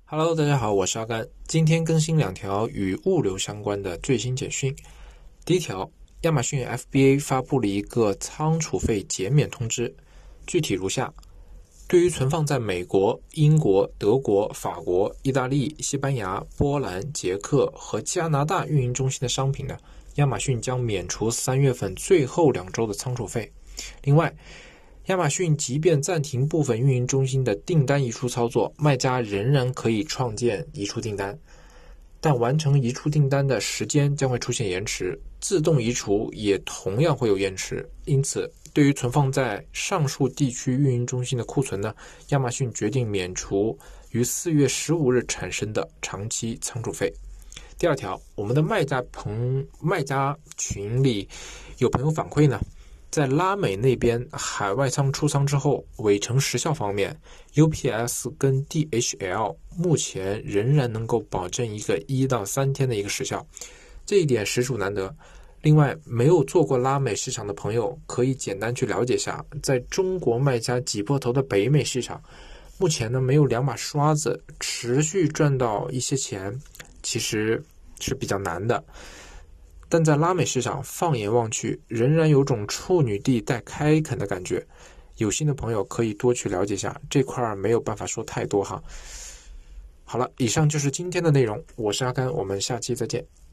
Hello，大家好，我是阿甘。今天更新两条与物流相关的最新简讯。第一条，亚马逊 FBA 发布了一个仓储费减免通知，具体如下：对于存放在美国、英国、德国、法国、意大利、西班牙、波兰、捷克和加拿大运营中心的商品呢，亚马逊将免除3月份最后2周的仓储费。另外，亚马逊即便暂停部分运营中心的订单移出操作，卖家仍然可以创建移出订单，但完成移出订单的时间将会出现延迟，自动移除也同样会有延迟。因此，对于存放在上述地区运营中心的库存呢，亚马逊决定免除于4月15日产生的长期仓储费。第二条，我们的卖家群里有朋友反馈呢，在拉美那边海外仓出仓之后，尾程时效方面 UPS 跟 DHL 目前仍然能够保证一个1到3天的一个时效，这一点实属难得。另外，没有做过拉美市场的朋友可以简单去了解下，在中国卖家挤破头的北美市场，目前呢没有2把刷子持续赚到一些钱，其实是比较难的。但在拉美市场，放眼望去，仍然有种处女地带开垦的感觉。有心的朋友可以多去了解一下，这块没有办法说太多哈。好了，以上就是今天的内容，我是阿甘，我们下期再见。